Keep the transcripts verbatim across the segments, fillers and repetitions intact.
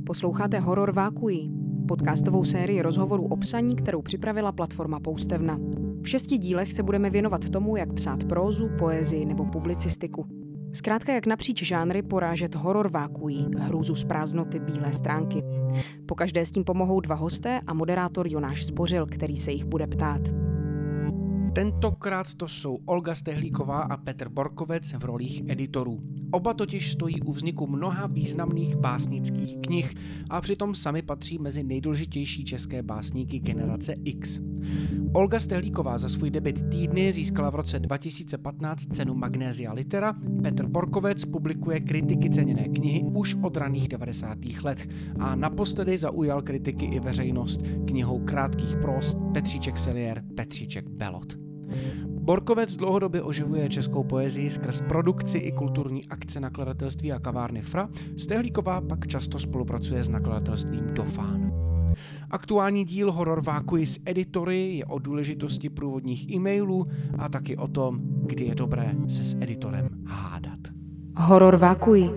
Posloucháte Horor Vákuí, podcastovou sérii rozhovorů o psaní, kterou připravila platforma Poustevna. V šesti dílech se budeme věnovat tomu, jak psát prózu, poezii nebo publicistiku. Zkrátka jak napříč žánry porážet horor vákuí, hrůzu z prázdnoty bílé stránky. Pokaždé s tím pomohou dva hosté a moderátor Jonáš Zbořil, který se jich bude ptát. Tentokrát to jsou Olga Stehlíková a Petr Borkovec v rolích editorů. Oba totiž stojí u vzniku mnoha významných básnických knih a přitom sami patří mezi nejdůležitější české básníky generace X. Olga Stehlíková za svůj debut Týdny získala v roce dva tisíce patnáct cenu Magnesia Litera, Petr Borkovec publikuje kritiky ceněné knihy už od raných devadesátých let a naposledy zaujal kritiky i veřejnost knihou krátkých próz Petříček Seliér, Petříček Belot. Borkovec dlouhodobě oživuje českou poezii skrz produkci i kulturní akce nakladatelství a kavárny Fra, Stehlíková pak často spolupracuje s nakladatelstvím Dofán. Aktuální díl Horor Vákuí s editory je o důležitosti průvodních e-mailů a taky o tom, kdy je dobré se s editorem hádat. Horor Vákuí.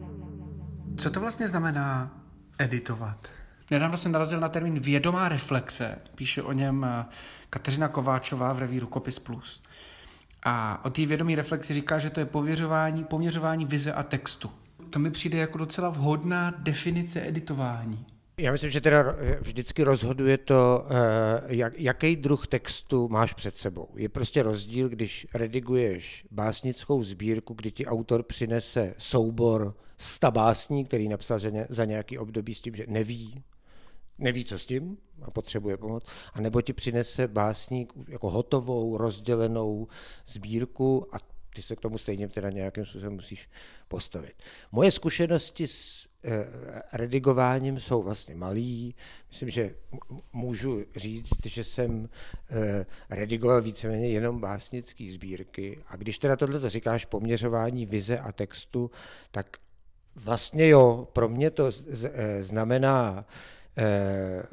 Co to vlastně znamená editovat? Nedávno jsem narazil na termín vědomá reflexe, píše o něm Kateřina Kováčová v revíru Kopis Plus. A o té vědomé reflexi říká, že to je pověřování, poměřování vize a textu. To mi přijde jako docela vhodná definice editování. Já myslím, že teda vždycky rozhoduje to, jak, jaký druh textu máš před sebou. Je prostě rozdíl, když rediguješ básnickou sbírku, kdy ti autor přinese soubor sta básní, který napsal za nějaký období s tím, že neví, neví, co s tím a potřebuje pomoc, a nebo ti přinese básník jako hotovou, rozdělenou sbírku a ty se k tomu stejně teda nějakým způsobem musíš postavit. Moje zkušenosti s eh, redigováním jsou vlastně malý. Myslím, že můžu říct, že jsem eh, redigoval víceméně jenom básnické sbírky a když teda tohleto říkáš poměřování vize a textu, tak vlastně jo, pro mě to z, z, znamená eh,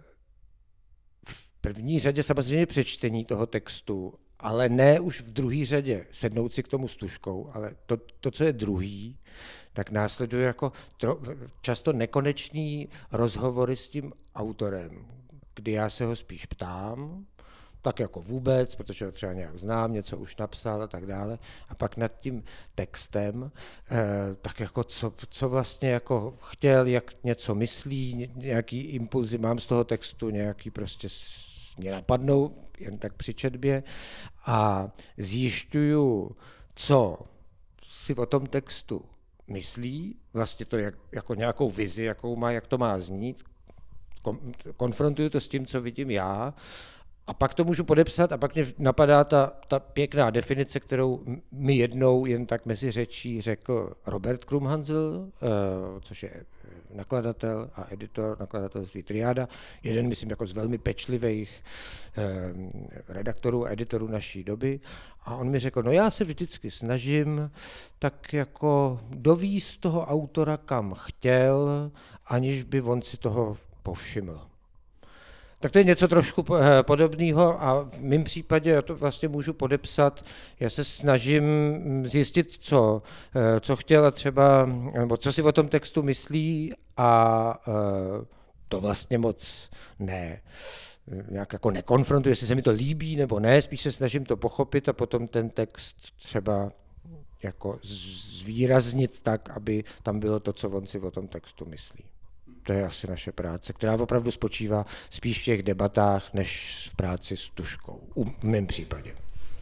v první řadě samozřejmě přečtení toho textu, ale ne už v druhé řadě sednout si k tomu s tužkou, ale to, to co je druhý, tak následuje jako tro, často nekonečný rozhovory s tím autorem, kdy já se ho spíš ptám, tak jako vůbec, protože ho třeba nějak znám, něco už napsal a tak dále, a pak nad tím textem, eh, tak jako co, co vlastně jako chtěl, jak něco myslí, nějaký impulzy mám z toho textu, nějaký prostě mě napadnou jen tak při četbě a zjišťuju, co si o tom textu myslí, vlastně to jak, jako nějakou vizi, jakou má, jak to má znít, konfrontuju to s tím, co vidím já, a pak to můžu podepsat a pak mě napadá ta, ta pěkná definice, kterou mi jednou jen tak mezi řečí řekl Robert Krumhanzl, což je nakladatel a editor nakladatelství Triáda, jeden, myslím, jako z velmi pečlivých redaktorů a editorů naší doby. A on mi řekl, no já se vždycky snažím tak jako dovízt toho autora, kam chtěl, aniž by on si toho povšiml. Tak to je něco trošku podobného a v mém případě já to vlastně můžu podepsat. Já se snažím zjistit, co, co chtěla třeba, nebo co si o tom textu myslí a to vlastně moc ne. Nějak jako nekonfrontuji, jestli se mi to líbí nebo ne, spíš se snažím to pochopit a potom ten text třeba jako zvýraznit tak, aby tam bylo to, co on si o tom textu myslí. To je asi naše práce, která opravdu spočívá spíš v těch debatách, než v práci s tužkou, v mém případě.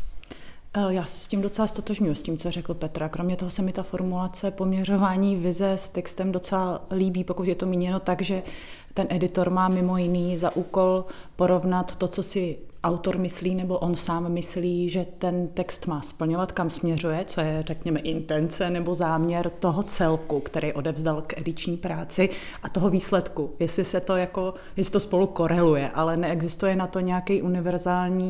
Já se s tím docela stotožňuji, s tím, co řekl Petr. Kromě toho se mi ta formulace poměřování vize s textem docela líbí, pokud je to míněno tak, že ten editor má mimo jiný za úkol porovnat to, co si autor myslí nebo on sám myslí, že ten text má splňovat, kam směřuje, co je, řekněme, intence nebo záměr toho celku, který odevzdal k ediční práci a toho výsledku. Jestli se to jako, jestli to spolu koreluje, ale neexistuje na to nějaký univerzální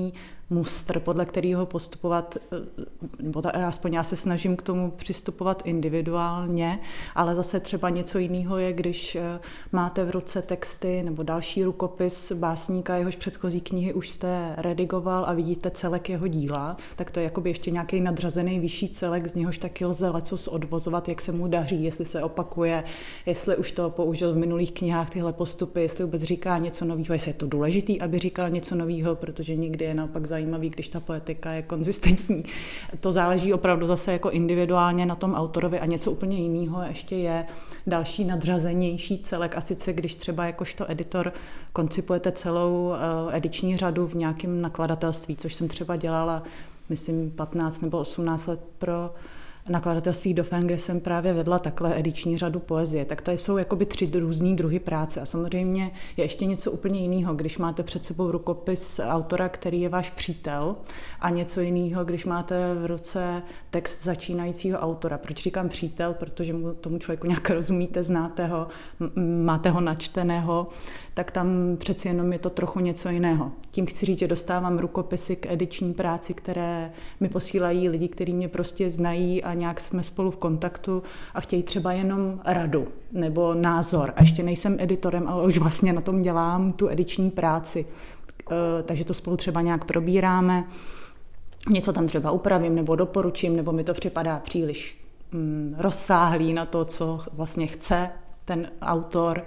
mustr, podle kterého postupovat, nebo aspoň já se snažím k tomu přistupovat individuálně, ale zase třeba něco jiného je, když máte v ruce texty nebo další rukopis básníka, jehož předchozí knihy už jste redigoval a vidíte celek jeho díla, tak to je jakoby ještě nějaký nadřazený vyšší celek, z něhož taky lze lecos odvozovat, jak se mu daří, jestli se opakuje, jestli už to použil v minulých knihách tyhle postupy, jestli vůbec říká něco nového, jestli je to důležitý, aby říkal něco nového, protože někdy je naopak zajímavý, když ta poetika je konzistentní. To záleží opravdu zase jako individuálně na tom autorovi a něco úplně jiného ještě je další nadřazenější celek a sice když třeba jakožto editor koncipujete celou ediční řadu v nějakém nakladatelství, což jsem třeba dělala, myslím, patnáct nebo osmnáct let pro nakladatelství Dauphin, kde jsem právě vedla takhle ediční řadu poezie. Tak to jsou jakoby tři různý druhy práce. A samozřejmě je ještě něco úplně jiného, když máte před sebou rukopis autora, který je váš přítel, a něco jiného, když máte v ruce text začínajícího autora. Proč říkám přítel? Protože mu, tomu člověku nějak rozumíte, znáte ho, máte ho načteného, tak tam přeci jenom je to trochu něco jiného. Tím chci říct, že dostávám rukopisy k ediční práci, které mi posílají lidi, kteří mě prostě znají a nějak jsme spolu v kontaktu a chtějí třeba jenom radu nebo názor. A ještě nejsem editorem, ale už vlastně na tom dělám tu ediční práci. Takže to spolu třeba nějak probíráme. Něco tam třeba upravím nebo doporučím, nebo mi to připadá příliš mm, rozsáhlý na to, co vlastně chce ten autor.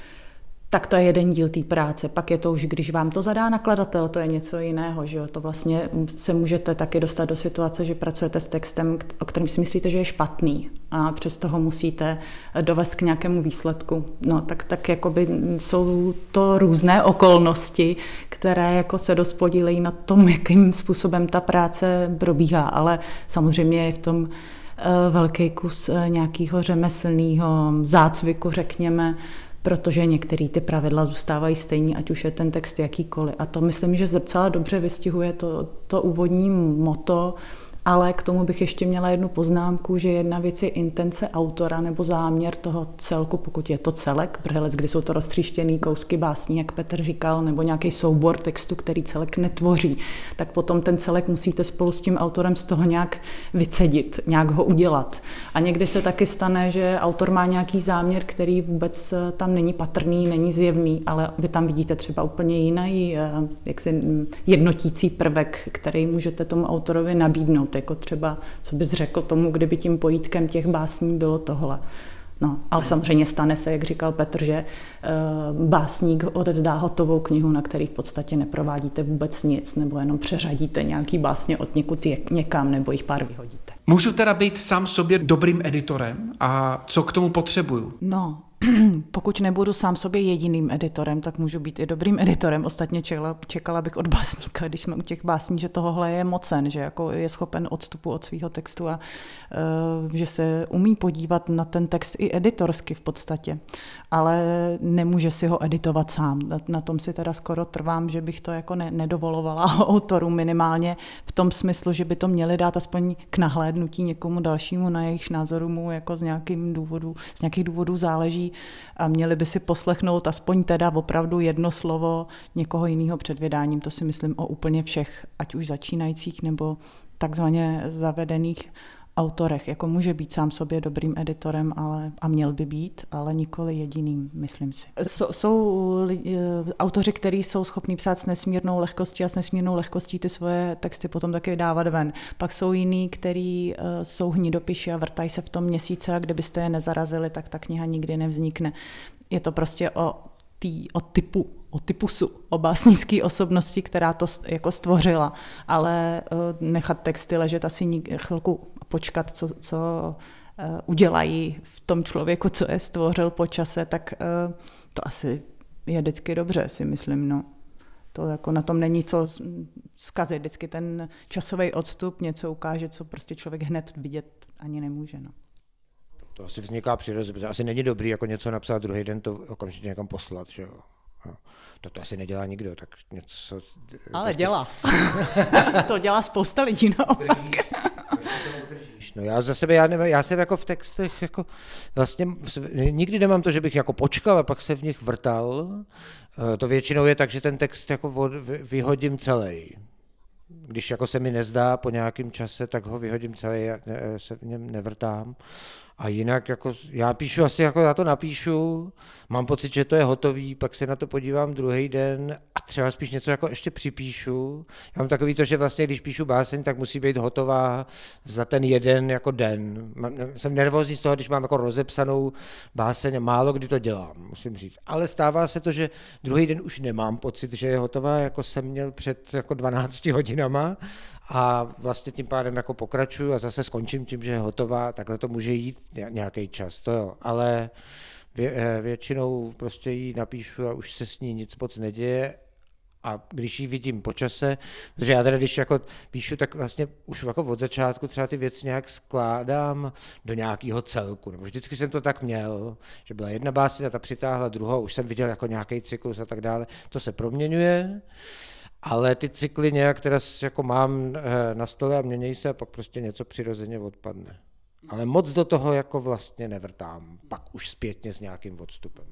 Tak to je jeden díl té práce. Pak je to už, když vám to zadá nakladatel, to je něco jiného, že jo? To vlastně se můžete taky dostat do situace, že pracujete s textem, o kterém si myslíte, že je špatný a přesto ho musíte dovést k nějakému výsledku. No, tak, tak jakoby jsou to různé okolnosti, které jako se dost podílejí na tom, jakým způsobem ta práce probíhá, ale samozřejmě je v tom velký kus nějakého řemeslného zácviku, řekněme, protože některé ty pravidla zůstávají stejný, ať už je ten text jakýkoliv. A to myslím, že docela dobře vystihuje to, to úvodní motto, ale k tomu bych ještě měla jednu poznámku, že jedna věc je intence autora nebo záměr toho celku, pokud je to celek, protože kdy jsou to roztříštěný kousky básní, jak Petr říkal, nebo nějaký soubor textu, který celek netvoří, tak potom ten celek musíte spolu s tím autorem z toho nějak vycedit, nějak ho udělat. A někdy se taky stane, že autor má nějaký záměr, který vůbec tam není patrný, není zjevný, ale vy tam vidíte třeba úplně jiný jaksi jednotící prvek, který můžete tomu autorovi nabídnout. Jako třeba, co bys řekl tomu, kdyby tím pojítkem těch básní bylo tohle. No, ale samozřejmě stane se, jak říkal Petr, že uh, básník odevzdá hotovou knihu, na který v podstatě neprovádíte vůbec nic, nebo jenom přeřadíte nějaký básně od někud někam, nebo jich pár vyhodíte. Můžu teda být sám sobě dobrým editorem? A co k tomu potřebuju? No, pokud nebudu sám sobě jediným editorem, tak můžu být i dobrým editorem. Ostatně čekala, čekala bych od básníka, když jsme u těch básní, že tohohle je mocen, že jako je schopen odstupu od svého textu a uh, že se umí podívat na ten text i editorsky v podstatě, ale nemůže si ho editovat sám. Na, na tom si teda skoro trvám, že bych to jako ne, nedovolovala autorům minimálně v tom smyslu, že by to měli dát aspoň k nahlédnutí někomu dalšímu, na jejich názoru mu jako z nějakým důvodů, z nějakých důvodů záleží a měli by si poslechnout aspoň teda opravdu jedno slovo někoho jiného před vydáním. To si myslím o úplně všech, ať už začínajících nebo takzvaně zavedených autorech. Jako může být sám sobě dobrým editorem, ale, a měl by být, ale nikoli jediným, myslím si. Jsou, jsou autoři, kteří jsou schopní psát s nesmírnou lehkostí a s nesmírnou lehkostí ty svoje texty potom taky dávat ven. Pak jsou jiní, kteří uh, jsou hnidopiši a vrtají se v tom měsíce a kdybyste je nezarazili, tak ta kniha nikdy nevznikne. Je to prostě o, tý, o typu o typusu, o básnické osobnosti, která to jako stvořila, ale uh, nechat texty ležet asi chvilku počkat, co, co uh, udělají v tom člověku, co je stvořil po čase, tak uh, to asi je vždycky dobře, si myslím, no. To jako na tom není co zkazit, vždycky ten časový odstup něco ukáže, co prostě člověk hned vidět ani nemůže, no. To asi vzniká přirozeně, asi není dobrý jako něco napsat druhý den, to okamžitě někam poslat, že jo. To, to asi nedělá nikdo, tak něco... Ale prostě... dělá. To dělá spousta lidí, naopak. No já za sebe, já, nevím, já jsem jako v textech jako vlastně nikdy nemám to, že bych jako počkal a pak se v nich vrtal. To většinou je tak, že ten text jako vyhodím celý. Když jako se mi nezdá po nějakém čase, tak ho vyhodím celý, se v něm nevrtám. A jinak jako já píšu asi jako já to napíšu, mám pocit, že to je hotový, pak se na to podívám druhý den a třeba spíš něco jako ještě připíšu. Já mám takový to, že vlastně když píšu báseň, tak musí být hotová za ten jeden jako den. Jsem nervózní z toho, když mám jako rozepsanou báseň a málo kdy to dělám, musím říct. Ale stává se to, že druhý den už nemám pocit, že je hotová, jako jsem měl před jako dvanácti hodinama a vlastně tím pádem jako pokračuju a zase skončím tím, že je hotová, takhle to může jít nějaký čas, to jo, ale vě, většinou prostě ji napíšu a už se s ní nic moc neděje a když ji vidím po čase, protože já teda když jako píšu, tak vlastně už jako od začátku třeba ty věci nějak skládám do nějakého celku, nebo vždycky jsem to tak měl, že byla jedna báseň a ta přitáhla druhou, už jsem viděl jako nějaký cyklus a tak dále, to se proměňuje. Ale ty cykly nějak teda jako mám na stole a mění se a pak prostě něco přirozeně odpadne. Ale moc do toho jako vlastně nevrtám, pak už zpětně s nějakým odstupem.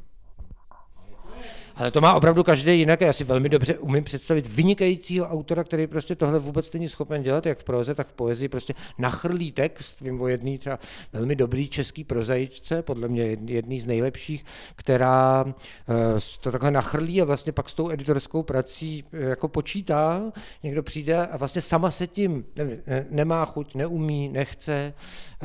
Ale to má opravdu každý jinak. Já si velmi dobře umím představit vynikajícího autora, který prostě tohle vůbec není schopen dělat, jak v proze, tak v poezii. Prostě nachrlí text, vím o jedný třeba velmi dobrý český prozaičce, podle mě jedný z nejlepších, která to takhle nachrlí a vlastně pak s tou editorskou prací jako počítá. Někdo přijde a vlastně sama se tím nemá chuť, neumí, nechce,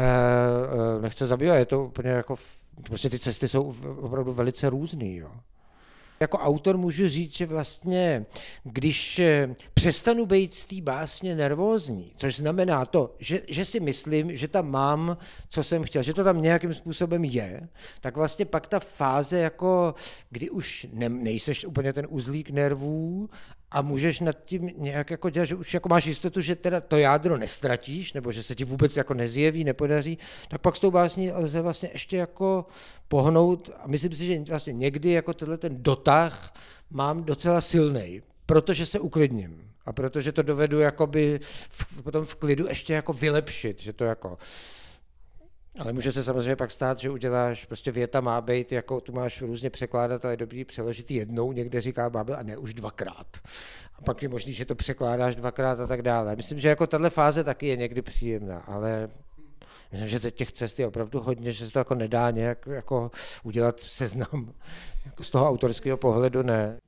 nechce zabývat. Je to úplně jako, prostě ty cesty jsou opravdu velice různý, jo. Jako autor můžu říct, že vlastně, když přestanu být z té básně nervózní, což znamená to, že, že si myslím, že tam mám, co jsem chtěl, že to tam nějakým způsobem je, tak vlastně pak ta fáze, jako, kdy už ne, nejseš úplně ten uzlík nervů a můžeš nad tím nějak jako dělat, že už jako máš jistotu, že teda to jádro nestratíš, nebo že se ti vůbec jako nezjeví, nepodaří, tak pak s tou básní lze vlastně ještě jako pohnout a myslím si, že vlastně někdy jako tenhle ten dotah mám docela silnej, protože se uklidním a protože to dovedu jakoby v, potom v klidu ještě jako vylepšit, že to jako. Ale může se samozřejmě pak stát, že uděláš, prostě věta má být, jako tu máš různě překládat, ale je dobrý přeložit jednou, někde říká Bábel a ne už dvakrát. A pak je možný, že to překládáš dvakrát a tak dále. Myslím, že jako tahle fáze taky je někdy příjemná, ale myslím, že těch cest je opravdu hodně, že se to jako nedá nějak jako udělat seznam. Jako z toho autorského pohledu ne.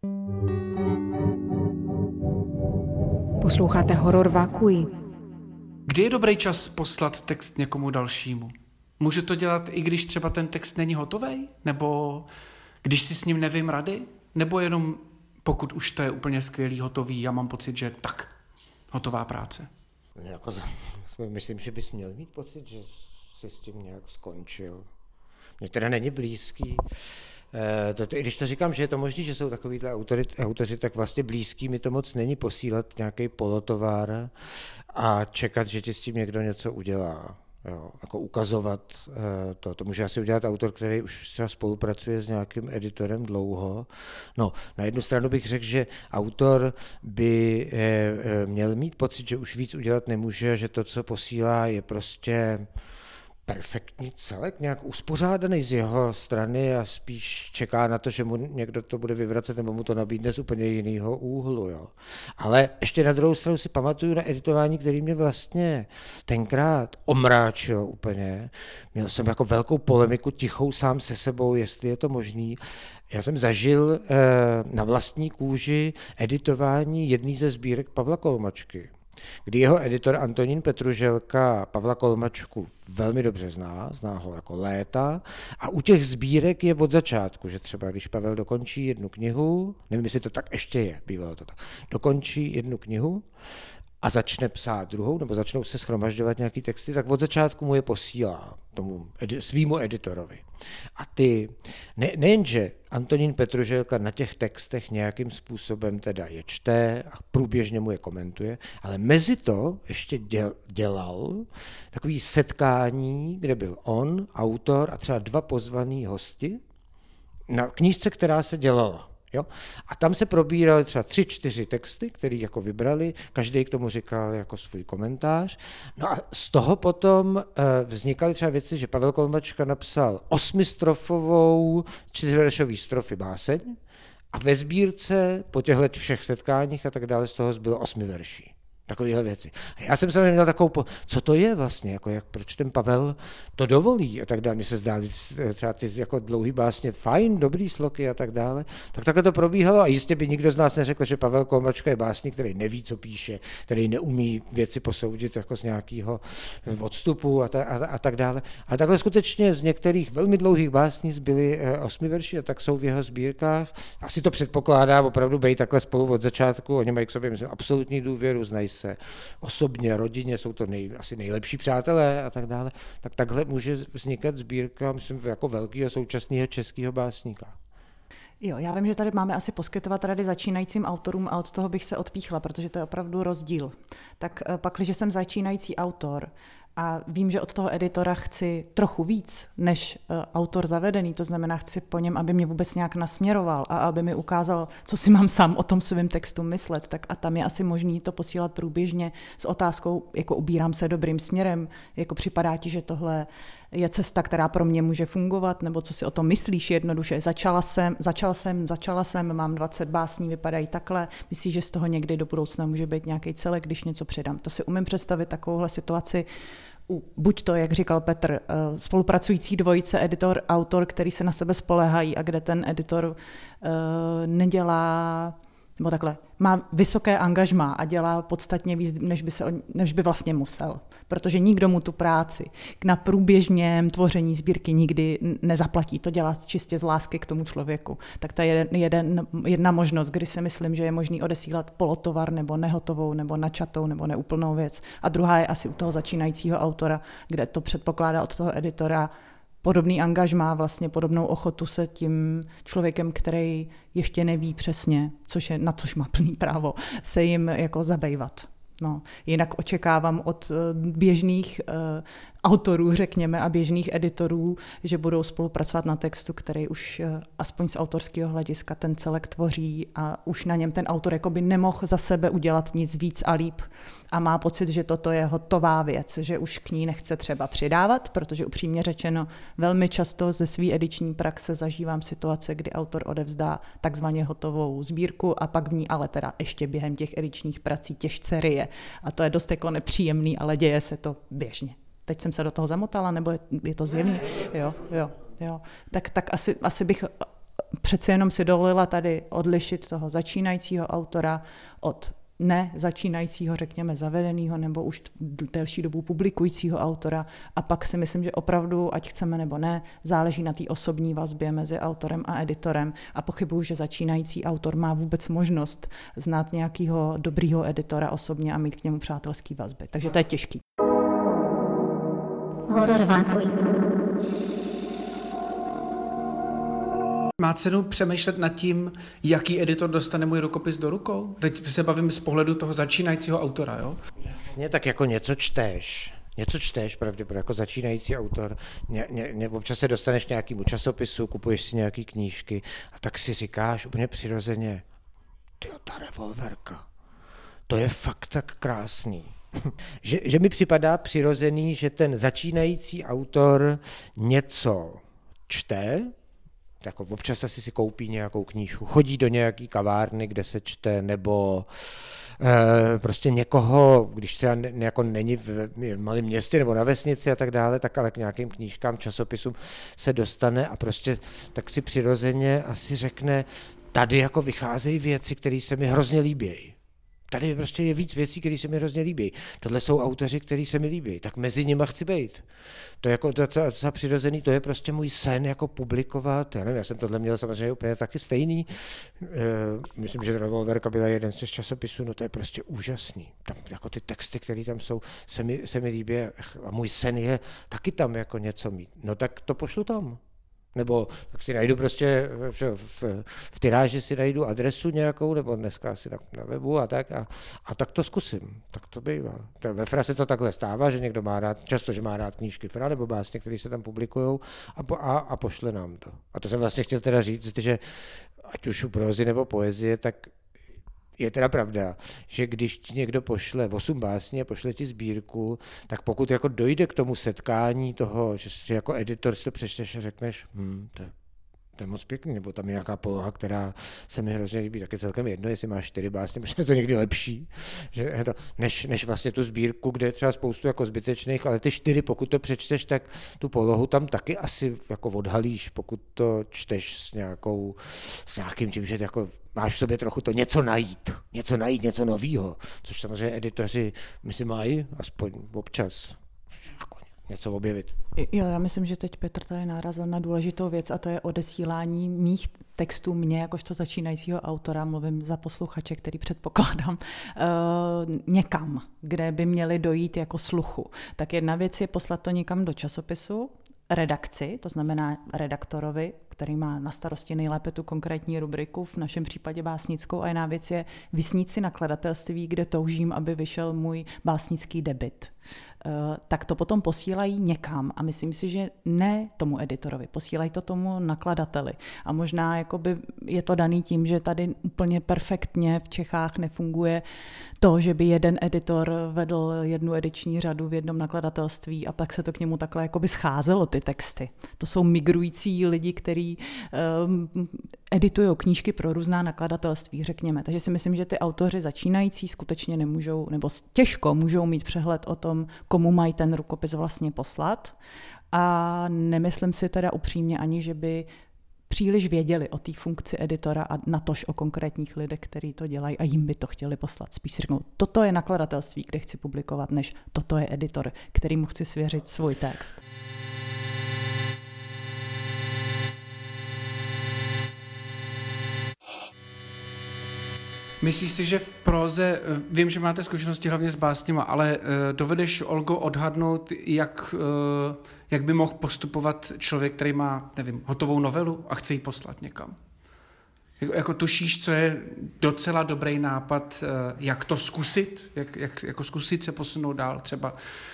Posloucháte Horor Vakui. Kdy je dobrý čas poslat text někomu dalšímu? Může to dělat, i když třeba ten text není hotový? Nebo když si s ním nevím rady? Nebo jenom pokud už to je úplně skvělý, hotový, já mám pocit, že tak, hotová práce. Jako, myslím, že bys měl mít pocit, že jsi s tím nějak skončil. Mně teda není blízký. E, to, to, I když to říkám, že je to možné, že jsou takovýhle autory, autoři, tak vlastně blízký mi to moc není posílat nějaký polotovár a čekat, že ti s tím někdo něco udělá. Jo, jako ukazovat to. To může asi udělat autor, který už třeba spolupracuje s nějakým editorem dlouho. No, na jednu stranu bych řekl, že autor by měl mít pocit, že už víc udělat nemůže, že to, co posílá, je prostě perfektní celek, nějak uspořádaný z jeho strany a spíš čeká na to, že mu někdo to bude vyvracet nebo mu to nabídne z úplně jiného úhlu. Jo. Ale ještě na druhou stranu si pamatuju na editování, který mě vlastně tenkrát omráčilo úplně. Měl jsem jako velkou polemiku tichou sám se sebou, jestli je to možný. Já jsem zažil eh, na vlastní kůži editování jedné ze sbírek Pavla Kolmačky, kdy jeho editor Antonín Petruželka Pavla Kolmačku velmi dobře zná, zná ho jako léta a u těch sbírek je od začátku, že třeba když Pavel dokončí jednu knihu, nevím, jestli to tak ještě je, bývalo to tak, dokončí jednu knihu a začne psát druhou, nebo začnou se shromažďovat nějaký texty, tak od začátku mu je posílá tomu edi- svýmu editorovi. A ty, ne, nejenže Antonín Petruželka na těch textech nějakým způsobem teda je čte a průběžně mu je komentuje, ale mezi to ještě děl, dělal takový setkání, kde byl on, autor a třeba dva pozvaný hosti na knížce, která se dělala. Jo? A tam se probíraly třeba tři, čtyři texty, které jako vybrali, každý k tomu říkal jako svůj komentář. No a z toho potom uh, vznikaly třeba věci, že Pavel Kolmačka napsal osmistrofovou čtyřveršový strofy báseň a ve sbírce po těchto všech setkáních a tak dále z toho zbylo osmi verší. Takovéhle věci. A já jsem samozřejmě měl takovou, po... co to je vlastně, jako jak, proč ten Pavel to dovolí a tak dále. Mně se zdály třeba ty jako dlouhý básně fajn, dobrý sloky a tak dále. Tak takhle to probíhalo a jistě by nikdo z nás neřekl, že Pavel Kolmačka je básník, který neví, co píše, který neumí věci posoudit jako z nějakého odstupu a, ta, a, a tak dále. A takhle skutečně z některých velmi dlouhých básní zbyly osmi verší a tak jsou v jeho sbírkách. Asi to předpokládá opravdu být takhle spolu od začátku. Oni mají k sobě, myslím, absolutní důvěru, znají se osobně, rodině, jsou to nej, asi nejlepší přátelé a tak dále, tak takhle může vznikat sbírka, myslím, jako velkého současného českého básníka. Jo, já vím, že tady máme asi poskytovat rady začínajícím autorům a od toho bych se odpíchla, protože to je opravdu rozdíl. Tak pak, když jsem začínající autor a vím, že od toho editora chci trochu víc než uh, autor zavedený, to znamená, chci po něm, aby mě vůbec nějak nasměroval a aby mi ukázal, co si mám sám o tom svém textu myslet, tak a tam je asi možný to posílat průběžně s otázkou, jako ubírám se dobrým směrem, jako připadá ti, že tohle je cesta, která pro mě může fungovat, nebo co si o tom myslíš jednoduše. Začala jsem, začal jsem, začala jsem, mám dvacet básní, vypadají takhle, myslíš, že z toho někdy do budoucna může být nějaký celek, když něco předám. To si umím představit takovouhle situaci, buď to, jak říkal Petr, spolupracující dvojice, editor, autor, který se na sebe spoléhají a kde ten editor uh, nedělá, nebo takhle, má vysoké angažmá a dělá podstatně víc, než by, se, než by vlastně musel. Protože nikdo mu tu práci na průběžném tvoření sbírky nikdy nezaplatí. To dělá čistě z lásky k tomu člověku. Tak to je jeden, jeden, jedna možnost, kdy si myslím, že je možný odesílat polotovar nebo nehotovou, nebo načatou, nebo neúplnou věc. A druhá je asi u toho začínajícího autora, kde to předpokládá od toho editora podobný angažmá, vlastně podobnou ochotu se tím člověkem, který ještě neví přesně, což je, na což má plný právo, se jim jako zabývat. No, jinak očekávám od běžných uh, autorů, řekněme, a běžných editorů, že budou spolupracovat na textu, který už uh, aspoň z autorského hlediska ten celek tvoří a už na něm ten autor jakoby nemohl za sebe udělat nic víc a líp a má pocit, že toto je hotová věc, že už k ní nechce třeba přidávat, protože upřímně řečeno velmi často ze své ediční praxe zažívám situace, kdy autor odevzdá takzvaně hotovou sbírku a pak v ní ale teda ještě během těch edičních prací těžce ryje. A to je dost jako nepříjemný, ale děje se to běžně. Teď jsem se do toho zamotala, nebo je, je to zjevný? Jo, jo, jo. Tak, tak asi, asi bych přece jenom si dovolila tady odlišit toho začínajícího autora od ne začínajícího, řekněme, zavedeného nebo už delší dobu publikujícího autora a pak si myslím, že opravdu, ať chceme nebo ne, záleží na té osobní vazbě mezi autorem a editorem a pochybuju, že začínající autor má vůbec možnost znát nějakého dobrýho editora osobně a mít k němu přátelský vazby. Takže to je těžký. Horor vákuj. Má cenu přemýšlet nad tím, jaký editor dostane můj rukopis do rukou? Teď se bavím z pohledu toho začínajícího autora, jo? Jasně, tak jako něco čteš. Něco čteš, pravděpodobně, jako začínající autor. Ně, ně, ně, občas se dostaneš k nějakému časopisu, kupuješ si nějaký knížky a tak si říkáš úplně přirozeně, tyjo, ta revolverka, to je fakt tak krásný. že, že mi připadá přirozený, že ten začínající autor něco čte, jako občas asi si koupí nějakou knížku, chodí do nějaký kavárny, kde se čte, nebo e, prostě někoho, když třeba ne, jako není v, v malém městě nebo na vesnici a tak dále, tak ale k nějakým knížkám, časopisům se dostane a prostě tak si přirozeně asi řekne, tady jako vycházejí věci, které se mi hrozně líbí. Tady prostě je víc věcí, které se mi hrozně líbí. Tohle jsou autoři, kteří se mi líbí. Tak mezi nimi chci být. To je jako to, to, to přirozený, to je prostě můj sen jako publikovat. Já nevím, já jsem tohle měl samozřejmě úplně taky stejný. E, myslím, že Revolverka byla jeden z těch časopisů, no to je prostě úžasný. Tam jako ty texty, které tam jsou, se mi, se mi líbí a můj sen je taky tam jako něco mít. No tak to pošlu tam. Nebo tak si najdu prostě v, v, v tiráži si najdu adresu nějakou, nebo dneska si tak na webu a tak a, a tak to zkusím. Tak to bývá. Ve Fra se to takhle stává, že někdo má rád, často, že má rád knížky Fra nebo básně, které se tam publikujou a, po, a, a pošle nám to. A to jsem vlastně chtěl teda říct, že ať už u prózy nebo poezie, tak je teda pravda, že když ti někdo pošle osm básní a pošle ti sbírku, tak pokud jako dojde k tomu setkání toho, že, že jako editor si to přečteš a řekneš, hm, to, to je moc pěkný, nebo tam je nějaká poloha, která se mi hrozně líbí, tak je celkem jedno, jestli máš čtyři básně, protože je to někdy lepší, že je to, než, než vlastně tu sbírku, kde je třeba spoustu jako zbytečných, ale ty čtyři, pokud to přečteš, tak tu polohu tam taky asi jako odhalíš, pokud to čteš s nějakou, s nějakým tím, že jako máš v sobě trochu to něco najít, něco najít, něco novýho, což samozřejmě editoři, myslím, mají, aspoň občas, jako něco objevit. Jo, já myslím, že teď Petr tady narazil na důležitou věc a to je odesílání mých textů mě, jakožto začínajícího autora, mluvím za posluchače, který předpokládám, uh, někam, kde by měli dojít jako sluchu. Tak jedna věc je poslat to někam do časopisu, redakci, to znamená redaktorovi, který má na starosti nejlépe tu konkrétní rubriku, v našem případě básnickou, a jiná věc je vysnít si nakladatelství, kde toužím, aby vyšel můj básnický debut. Uh, tak to potom posílají někam a myslím si, že ne tomu editorovi, posílají to tomu nakladateli. A možná jakoby je to daný tím, že tady úplně perfektně v Čechách nefunguje to, že by jeden editor vedl jednu ediční řadu v jednom nakladatelství a pak se to k němu takhle jakoby scházelo, ty texty. To jsou migrující lidi, kteří um, editují knížky pro různá nakladatelství, řekněme. Takže si myslím, že ty autoři začínající skutečně nemůžou, nebo těžko můžou mít přehled o tom, komu mají ten rukopis vlastně poslat. A nemyslím si teda upřímně ani, že by příliš věděli o té funkci editora a natož o konkrétních lidech, kteří to dělají a jim by to chtěli poslat. Spíš si řeknou, toto je nakladatelství, kde chci publikovat, než toto je editor, kterýmu chci svěřit svůj text. Myslíš si, že v próze, vím, že máte zkušenosti hlavně s básněma, ale dovedeš, Olgo, odhadnout, jak, jak by mohl postupovat člověk, který má, nevím, hotovou novelu a chce ji poslat někam? Jako, jako tušíš, co je docela dobrý nápad, jak to zkusit, jak, jak jako zkusit se posunout dál třeba?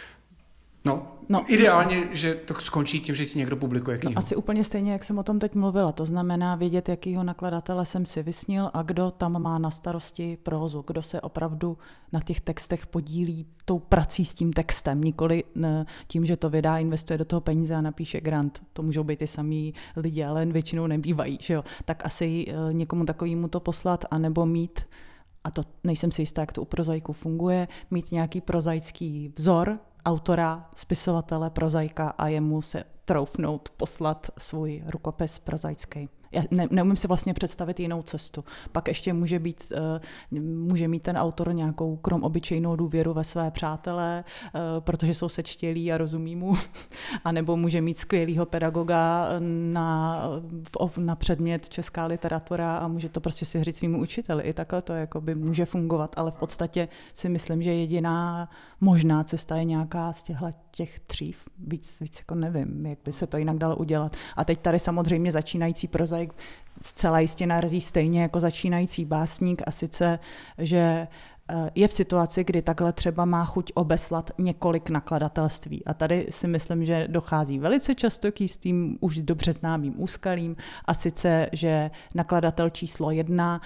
No, no, ideálně, no. Že to skončí tím, že ti někdo publikuje knihu. No, asi úplně stejně, jak jsem o tom teď mluvila. To znamená vědět, jakýho nakladatele jsem si vysnil a kdo tam má na starosti prózu, kdo se opravdu na těch textech podílí tou prací s tím textem, nikoli tím, že to vydá, investuje do toho peníze a napíše grant. To můžou být ty samý lidi, ale většinou nebývají. Že jo? Tak asi někomu takovému to poslat, anebo mít, a to nejsem si jistá, jak to u prozaiku funguje, mít nějaký prozaický vzor, autora, spisovatele, prozaika a jemu se troufnout poslat svůj rukopis prozaický. Já ne, neumím si vlastně představit jinou cestu. Pak ještě může být, uh, může mít ten autor nějakou krom obyčejnou důvěru ve své přátelé, uh, protože jsou sečtělí a rozumí mu, a nebo může mít skvělýho pedagoga na, na předmět česká literatura a může to prostě svěřit svým učiteli. I takhle to jakoby může fungovat, ale v podstatě si myslím, že jediná možná cesta je nějaká z těchto těch tří, víc, víc jako nevím, jak by se to jinak dalo udělat. A teď tady samozřejmě začínající prozaik zcela jistě narazí stejně jako začínající básník, a sice, že je v situaci, kdy takhle třeba má chuť obeslat několik nakladatelství. A tady si myslím, že dochází velice často k jistým už dobře známým úskalím, a sice, že nakladatel číslo jedna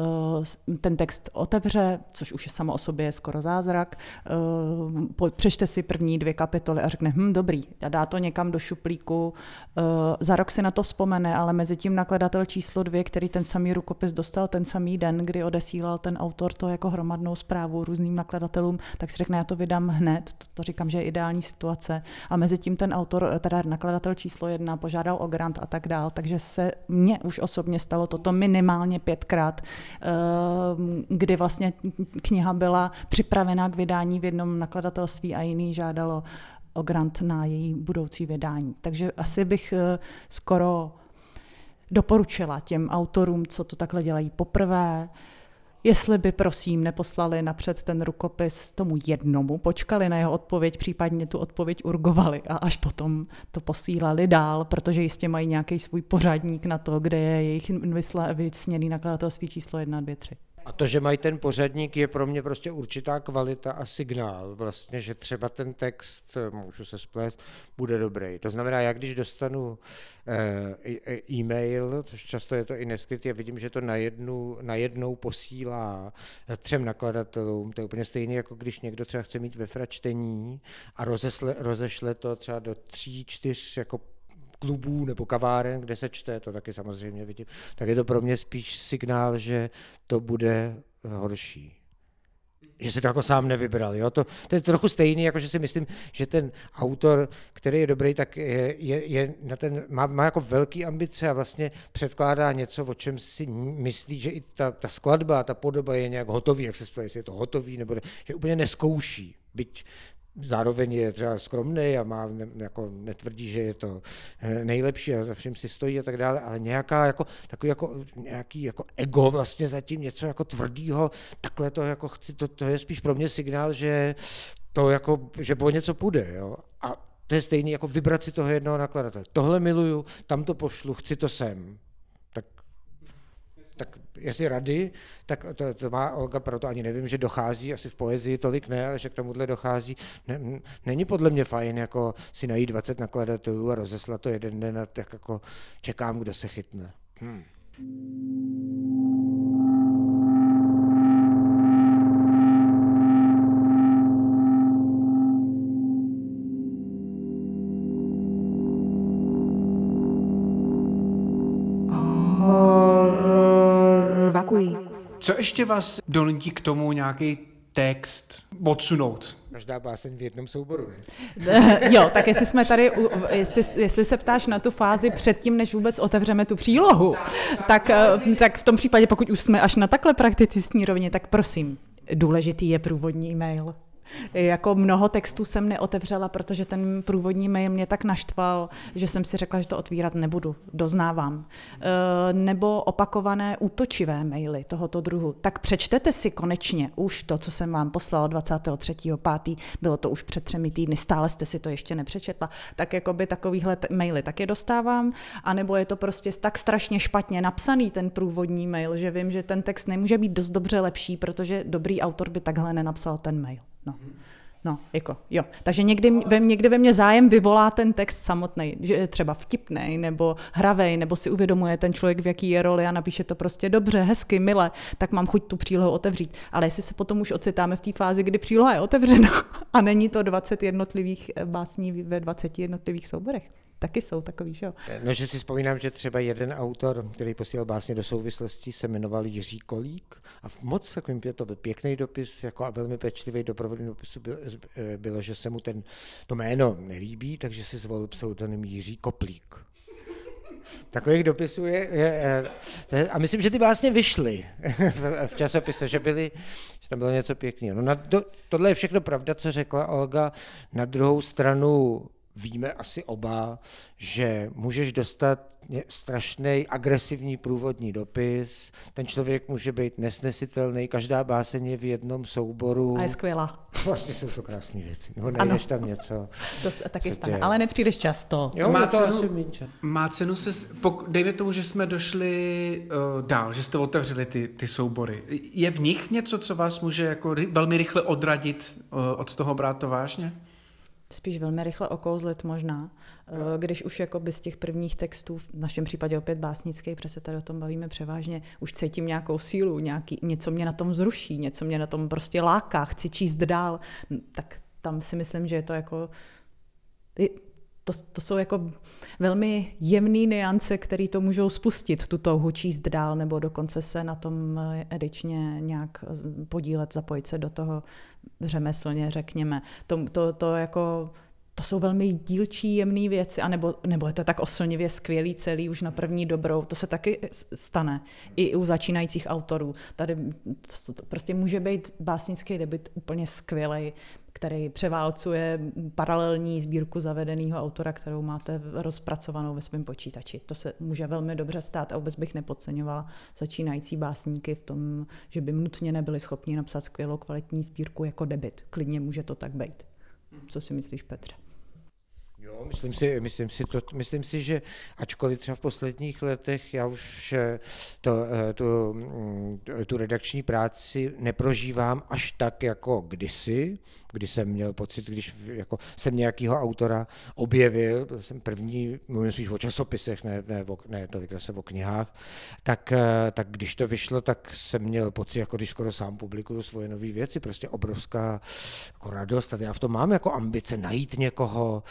ten text otevře, což už je samo o sobě skoro zázrak, přečte si první dvě kapitoly a řekne, hm, dobrý, a dá to někam do šuplíku, za rok si na to vzpomene, ale mezi tím nakladatel číslo dvě, který ten samý rukopis dostal ten samý den, kdy odesílal ten autor to jako hromadnou zprávu různým nakladatelům, tak si řekne, já to vydám hned, to, to říkám, že je ideální situace. A mezi tím ten autor, teda nakladatel číslo jedna, požádal o grant a tak dál, takže se mně už osobně stalo toto minimálně pětkrát, kdy vlastně kniha byla připravená k vydání v jednom nakladatelství a jiný žádalo o grant na její budoucí vydání. Takže asi bych skoro doporučila těm autorům, co to takhle dělají poprvé, jestli by, prosím, neposlali napřed ten rukopis tomu jednomu, počkali na jeho odpověď, případně tu odpověď urgovali a až potom to posílali dál, protože jistě mají nějaký svůj pořadník na to, kde je jejich vysněný nakladatelství číslo jedna, dvě, tři. A to, že mají ten pořadník, je pro mě prostě určitá kvalita a signál vlastně, že třeba ten text, můžu se splést, bude dobrý. To znamená, já když dostanu e- e-mail, což často je to i neskrytý, vidím, že to na jednu, na jednou posílá třem nakladatelům, to je úplně stejné, jako když někdo třeba chce mít ve fračtení a rozesle, rozešle to třeba do tří, čtyř jako klubů nebo kaváren, kde se čte, to taky samozřejmě vidím, tak je to pro mě spíš signál, že to bude horší. Že si to jako sám nevybral. Jo? To, to je trochu stejný, jako že si myslím, že ten autor, který je dobrý, tak je, je, je na ten, má, má jako velký ambice a vlastně předkládá něco, o čem si myslí, že i ta, ta skladba, ta podoba je nějak hotový, jak se spěje, jestli je to hotový, nebo ne, že úplně neskouší, byť zároveň je třeba skromný a má, ne, jako netvrdí, že je to nejlepší a za všem si stojí a tak dále, ale nějaká jako, takový jako, nějaký jako ego vlastně zatím, něco jako tvrdýho, takhle to jako chci, to, to je spíš pro mě signál, že to jako, že po něco půjde, jo. A to je stejný jako vybrat si toho jednoho nakladatele. Tohle miluju, tam to pošlu, chci to sem. Tak tak jestli rady, tak to, to má Olga, proto ani nevím, že dochází, asi v poezii tolik ne, ale že k tomuhle dochází. Ne, není podle mě fajn jako si najít dvacet nakladatelů a rozeslat to jeden den a tak jako čekám, kdo se chytne. Hmm. Co ještě vás donutí k tomu nějaký text odsunout? Každá báseň v jednom souboru, ne? Jo, tak jestli jsme tady, jestli, jestli se ptáš na tu fázi předtím, než vůbec otevřeme tu přílohu, tak, tak v tom případě, pokud už jsme až na takhle prakticistní rovně, tak prosím, důležitý je průvodní e-mail. Jako mnoho textů jsem neotevřela, protože ten průvodní mail mě tak naštval, že jsem si řekla, že to otvírat nebudu, doznávám. E, nebo opakované útočivé maily tohoto druhu. Tak přečtete si konečně už to, co jsem vám poslala dvacátého třetího pátého Bylo to už před třemi týdny, stále jste si to ještě nepřečetla. Tak jakoby takovýhle t- maily taky dostávám. A nebo je to prostě tak strašně špatně napsaný ten průvodní mail, že vím, že ten text nemůže být dost dobře lepší, protože dobrý autor by takhle nenapsal ten mail. No, no, jako, jo. Takže někdy ve, někdy ve mně zájem vyvolá ten text samotný, že je třeba vtipnej, nebo hravej, nebo si uvědomuje ten člověk, v jaký je roli a napíše to prostě dobře, hezky, mile, tak mám chuť tu přílohu otevřít. Ale jestli se potom už ocitáme v té fázi, kdy příloha je otevřena a není to dvacet jednotlivých básní ve dvaceti jednotlivých souborech, taky jsou takový, že jo. No, že si vzpomínám, že třeba jeden autor, který posílal básně do souvislostí, se jmenoval Jiří Kolík a moc takovým, to byl pěkný dopis jako a velmi pečlivý doprovodný dopisu bylo, bylo, že se mu ten, to jméno nelíbí, takže si zvolil pseudonym Jiří Koplík. Takových dopisů je, je, je, a myslím, že ty básně vyšly v, v časopise, že, byly, že tam bylo něco pěkného. No na to, tohle je všechno pravda, co řekla Olga. Na druhou stranu víme asi oba, že můžeš dostat strašný agresivní průvodní dopis, ten člověk může být nesnesitelný, každá báseň je v jednom souboru. A je skvělá. Vlastně jsou to krásné věci, nebo najdeš tam něco. To se taky stane, tě... ale nepřijdeš často. Jo, má, to cenu, má cenu se, pok, dejme tomu, že jsme došli uh, dál, že jste otevřeli ty, ty soubory. Je v nich něco, co vás může jako ry, velmi rychle odradit uh, od toho brát to vážně? Spíš velmi rychle okouzlit možná, když už jakoby z těch prvních textů, v našem případě opět básnický, protože se tady o tom bavíme převážně, už cítím nějakou sílu, nějaký, něco mě na tom zruší, něco mě na tom prostě láká, chci číst dál, tak tam si myslím, že je to jako... To, to jsou jako velmi jemné nuance, které to můžou spustit, tu touhu číst dál, nebo dokonce se na tom edičně nějak podílet, zapojit se do toho řemeslně, řekněme. To, to, to, jako, to jsou velmi dílčí, jemné věci, anebo, nebo je to tak oslnivě skvělý celý, už na první dobrou, to se taky stane. I u začínajících autorů. Tady to, to prostě může být básnický debut úplně skvělej, který převálcuje paralelní sbírku zavedeného autora, kterou máte rozpracovanou ve svém počítači. To se může velmi dobře stát a vůbec bych nepodceňovala začínající básníky v tom, že by nutně nebyli schopni napsat skvělou kvalitní sbírku jako debut. Klidně může to tak být. Co si myslíš, Petře? Jo, myslím si, myslím si, to, myslím si, že ačkoliv třeba v posledních letech já už to, tu, tu redakční práci neprožívám až tak jako kdysi, kdy jsem měl pocit, když jako jsem nějakého autora objevil, byl jsem první, mluvím spíš o časopisech, ne, ne, ne tolik zase o knihách, tak, tak když to vyšlo, tak jsem měl pocit, jako když skoro sám publikuju svoje nové věci, prostě obrovská jako radost, a já v tom mám jako ambice najít někoho,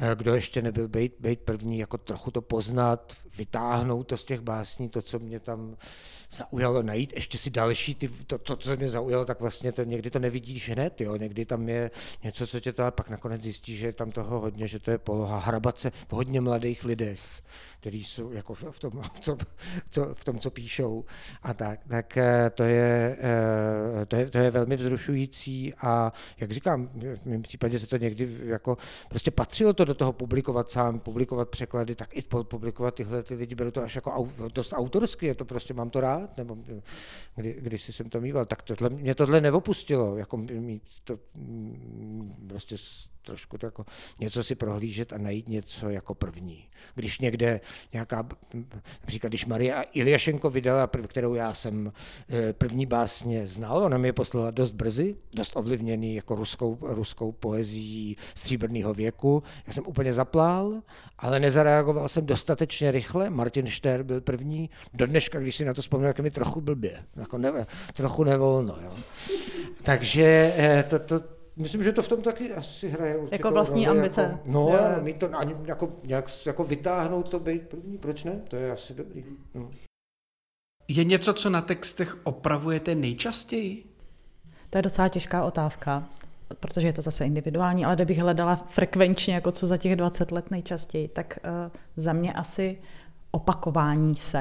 kdo ještě nebyl bejt, bejt první, jako trochu to poznat, vytáhnout to z těch básní, to, co mě tam zaujalo, najít ještě si další, ty, to, to, co mě zaujalo, tak vlastně to, někdy to nevidíš hned, jo, někdy tam je něco, co tě to, a pak nakonec zjistíš, že je tam toho hodně, že to je poloha hrabat se v hodně mladých lidech, kteří jsou jako v tom, co, co, v tom, co píšou a tak, tak to je, to je, to je velmi vzrušující a jak říkám, v mém případě se to někdy jako prostě patřilo to do toho publikovat sám, publikovat překlady, tak i publikovat tyhle ty lidi, beru to až jako au, dost autorsky, je to prostě, mám to rád, nebo kdy, když jsem to mýval, tak tohle, mě tohle neopustilo, jako mít to prostě trošku to jako něco si prohlížet a najít něco jako první. Když někde nějaká, například když Maria Iljašenko vydala, kterou já jsem první básně znal, ona mi je poslala dost brzy, dost ovlivněný jako ruskou, ruskou poezií stříbrného věku. Já jsem úplně zaplál, ale nezareagoval jsem dostatečně rychle. Martin Štern byl první. Do dneška, když si na to vzpomínám, jak mi trochu blbě, jako ne, trochu nevolno. Jo. Takže to, to myslím, že to v tom taky asi hraje určitou jako vlastní roli, ambice. Jako, no, jo. Mít to ani jako, nějak jako vytáhnout to, být první, proč ne? To je asi dobrý. No. Je něco, co na textech opravujete nejčastěji? To je docela těžká otázka, protože je to zase individuální, ale kdybych hledala frekvenčně, jako co za těch dvacet let nejčastěji, tak uh, za mě asi opakování se.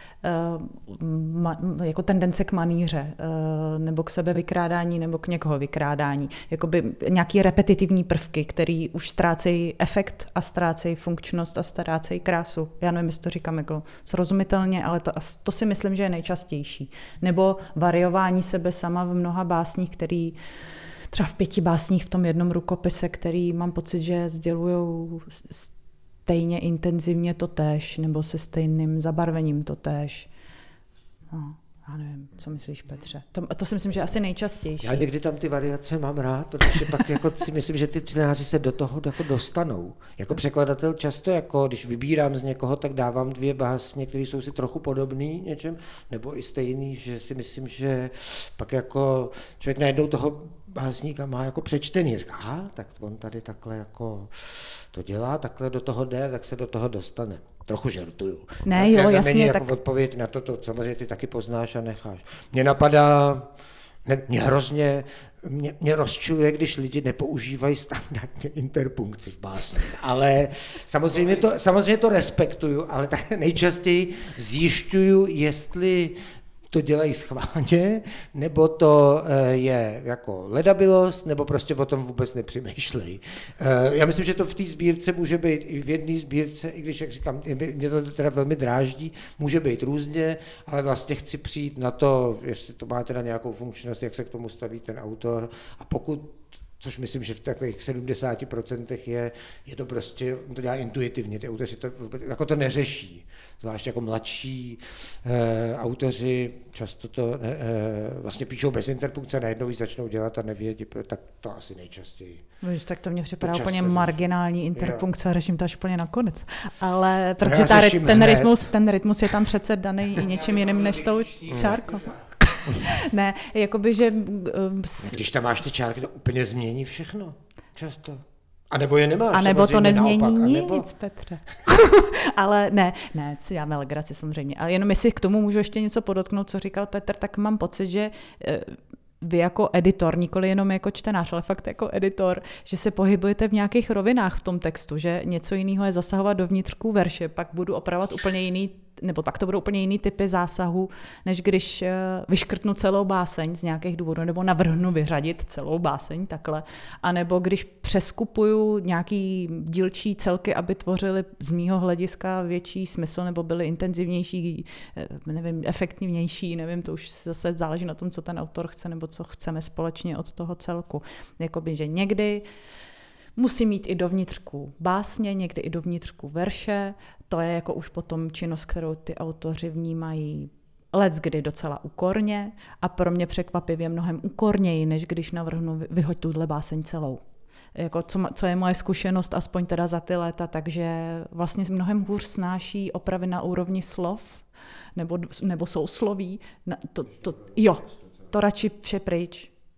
Ma, jako tendence k maníře, nebo k sebevykrádání, nebo k někoho vykrádání. Jakoby nějaký repetitivní prvky, který už ztrácejí efekt a ztrácejí funkčnost a ztrácejí krásu. Já nevím, jestli to říkám jako srozumitelně, ale to, to si myslím, že je nejčastější. Nebo variování sebe sama v mnoha básních, který třeba v pěti básních v tom jednom rukopise, který mám pocit, že sdělujou stejně intenzivně totéž, nebo se stejným zabarvením totéž. No, já nevím, co myslíš, Petře? To, to si myslím, že je asi nejčastější. Já někdy tam ty variace mám rád, protože pak jako si myslím, že ty čtenáři se do toho jako dostanou. Jako překladatel často, jako když vybírám z někoho, tak dávám dvě básně, které jsou si trochu podobný něčem, nebo i stejný, že si myslím, že pak jako člověk najednou toho básníka má jako přečtený. Říká, aha, tak on tady takhle jako to dělá, takhle do toho jde, tak se do toho dostane. Trochu žertuju. Ne, jo, tak, jasně. Není tak... jako odpověď na to, to samozřejmě ty taky poznáš a necháš. Mně napadá, ne, mě hrozně, mě, mě rozčiluje, když lidi nepoužívají standardně interpunkci v básni. Ale samozřejmě to, samozřejmě to respektuju, ale tak nejčastěji zjišťuju, jestli to dělají schválně, nebo to je jako ledabilost, nebo prostě o tom vůbec nepřemýšlejí. Já myslím, že to v té sbírce může být i v jedné sbírce, i když, jak říkám, mě to teda velmi dráždí, může být různě, ale vlastně chci přijít na to, jestli to má teda nějakou funkčnost, jak se k tomu staví ten autor, a pokud, což myslím, že v takových sedmdesáti procentech je, je to prostě, to dělá intuitivně, ty autoři to, jako to neřeší, zvlášť jako mladší eh, autoři často to eh, vlastně píšou bez interpunkce, najednou ji začnou dělat a nevědí, tak to asi nejčastěji. Víš, tak to mě připadá to úplně často, marginální interpunkce, řeším to až úplně nakonec. Ale to protože ta, ten, rytmus, ten rytmus je tam přece daný i něčím jiným než tou čárkou. Ne, jakoby, že... Když tam máš ty čárky, to úplně změní všechno. Často. A nebo je nemáš. A nebo to nezmění naopak, nic, nebo... Petře. Ale ne, ne, si dáme legraci samozřejmě. Ale jenom jestli k tomu můžu ještě něco podotknout, co říkal Petr, tak mám pocit, že vy jako editor, nikoli jenom jako čtenář, ale fakt jako editor, že se pohybujete v nějakých rovinách v tom textu, že něco jiného je zasahovat do vnitřků verše, pak budu opravovat úplně jiný, nebo pak to budou úplně jiný typy zásahů, než když vyškrtnu celou báseň z nějakých důvodů, nebo navrhnu vyřadit celou báseň takhle, anebo když přeskupuju nějaký dílčí celky, aby tvořily z mýho hlediska větší smysl, nebo byly intenzivnější, nevím, efektivnější, nevím, to už zase záleží na tom, co ten autor chce, nebo co chceme společně od toho celku. Jakoby, že někdy musí mít i dovnitřku básně, někdy i dovnitřku verše. To je jako už potom činnost, kterou ty autoři vnímají leckdy docela úkorně a pro mě překvapivě mnohem úkorněji, než když navrhnu vyhoď tuhle báseň celou. Jako co, co je moje zkušenost, aspoň teda za ty léta, takže vlastně mnohem hůř snáší opravy na úrovni slov nebo, nebo sousloví. To, to, jo, to radši vše pryč.